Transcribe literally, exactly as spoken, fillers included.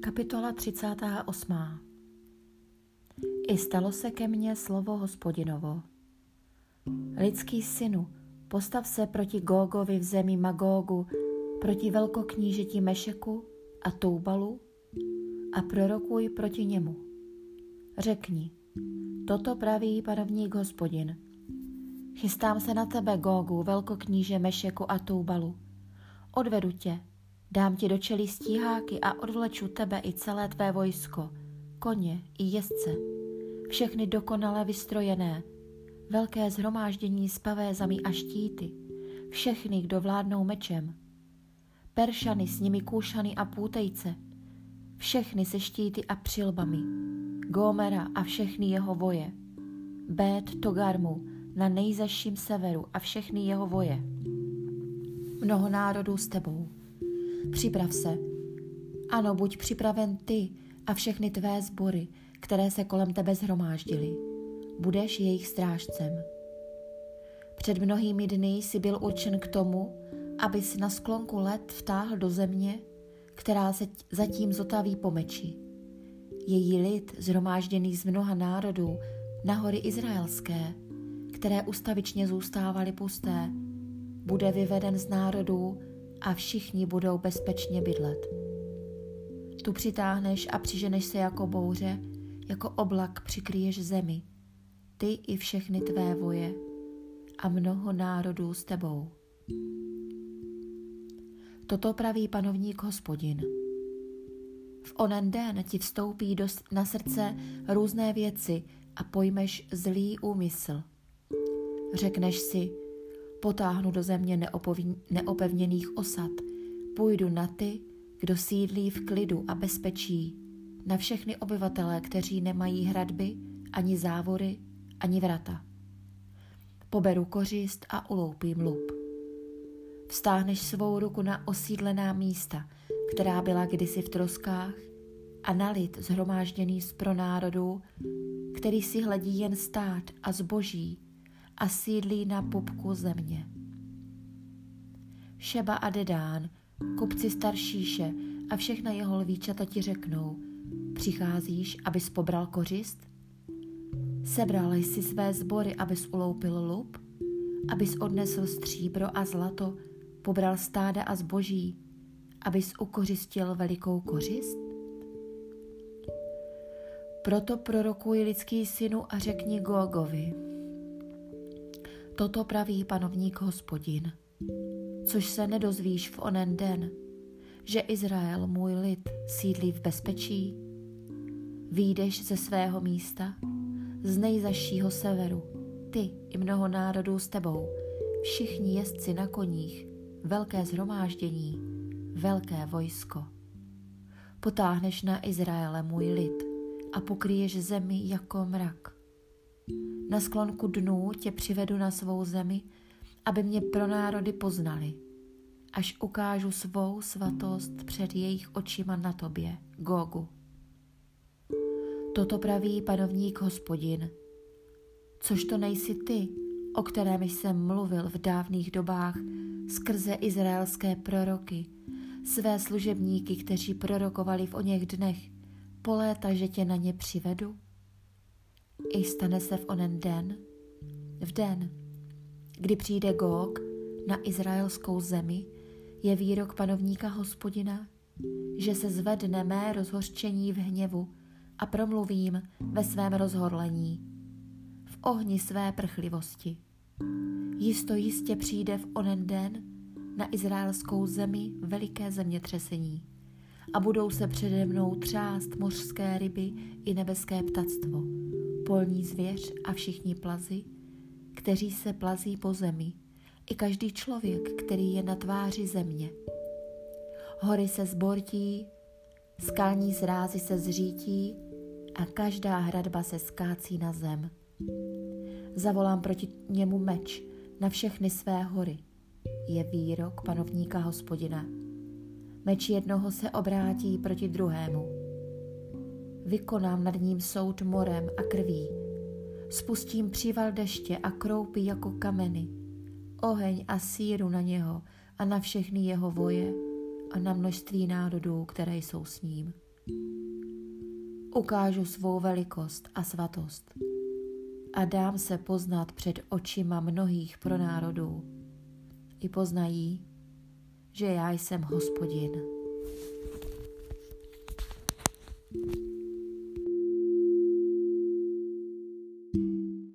Kapitola třicátá osmá. I stalo se ke mně slovo Hospodinovo. Lidský synu, postav se proti Gógovi v zemi Magógu, proti velkoknížeti Mešeku a Toubalu a prorokuj proti němu. Řekni, toto praví panovník Hospodin. Chystám se na tebe, Gógu, velkokníže Mešeku a Toubalu. Odvedu tě, dám ti do čelí stíháky a odvleču tebe i celé tvé vojsko, koně i jezdce, všechny dokonale vystrojené, velké shromáždění s pavézami a štíty, všechny, kdo vládnou mečem, Peršany s nimi Kúšany a Pútejce, všechny se štíty a přilbami, Gómera a všechny jeho voje, Bét Togarmu na nejzaším severu a všechny jeho voje. Mnoho národů s tebou. Připrav se. Ano, buď připraven ty a všechny tvé sbory, které se kolem tebe shromáždily. Budeš jejich strážcem. Před mnohými dny jsi byl určen k tomu, abys na sklonku let vtáhl do země, která se zatím zotaví po meči. Její lid, shromážděný z mnoha národů, na hory izraelské, které ustavičně zůstávaly pusté, bude vyveden z národů a všichni budou bezpečně bydlet. Tu přitáhneš a přiženeš se jako bouře, jako oblak přikryješ zemi, ty i všechny tvé voje a mnoho národů s tebou. Toto praví panovník Hospodin. V onen den ti vstoupí do, na srdce různé věci a pojmeš zlý úmysl. Řekneš si, potáhnu do země neopovň, neopevněných osad, půjdu na ty, kdo sídlí v klidu a bezpečí, na všechny obyvatele, kteří nemají hradby, ani závory, ani vrata. Poberu kořist a uloupím lup. Vztáhneš svou ruku na osídlená místa, která byla kdysi v troskách, a na lid shromážděný z pronárodů, který si hledí jen stát a zboží a sídlí na pupku země. Šeba a Dedán, kupci Staršíše a všechna jeho lvíčata ti řeknou, přicházíš, abys pobral kořist? Sebral jsi své sbory, abys uloupil lup? Abys odnesl stříbro a zlato, pobral stáda a zboží, abys ukořistil velikou kořist? Proto prorokuj, lidský synu, a řekni Gógovi. Toto praví panovník Hospodin, což se nedozvíš v onen den, že Izrael, můj lid, sídlí v bezpečí. Vyjdeš ze svého místa, z nejzašího severu, ty i mnoho národů s tebou, všichni jezdci na koních, velké shromáždění, velké vojsko. Potáhneš na Izraele, můj lid, a pokryješ zemi jako mrak. Na sklonku dnů tě přivedu na svou zemi, aby mě pro národy poznali, až ukážu svou svatost před jejich očima na tobě, Gógu. Toto praví panovník Hospodin, což to nejsi ty, o kterém jsem mluvil v dávných dobách skrze izraelské proroky, své služebníky, kteří prorokovali v oněch dnech, po léta, že tě na ně přivedu? I stane se v onen den, v den, kdy přijde Góg na izraelskou zemi, je výrok panovníka Hospodina, že se zvedne mé rozhořčení v hněvu a promluvím ve svém rozhorlení, v ohni své prchlivosti. Jisto jistě přijde v onen den na izraelskou zemi veliké zemětřesení a budou se přede mnou třást mořské ryby i nebeské ptactvo, polní zvěř a všichni plazi, kteří se plazí po zemi, i každý člověk, který je na tváři země. Hory se zbortí, skalní zrázy se zřítí a každá hradba se skácí na zem. Zavolám proti němu meč na všechny své hory, je výrok panovníka Hospodina. Meč jednoho se obrátí proti druhému. Vykonám nad ním soud morem a krví. Spustím příval deště a kroupy jako kameny, oheň a síru na něho a na všechny jeho voje a na množství národů, které jsou s ním. Ukážu svou velikost a svatost a dám se poznat před očima mnohých pronárodů. I poznají, že já jsem Hospodin.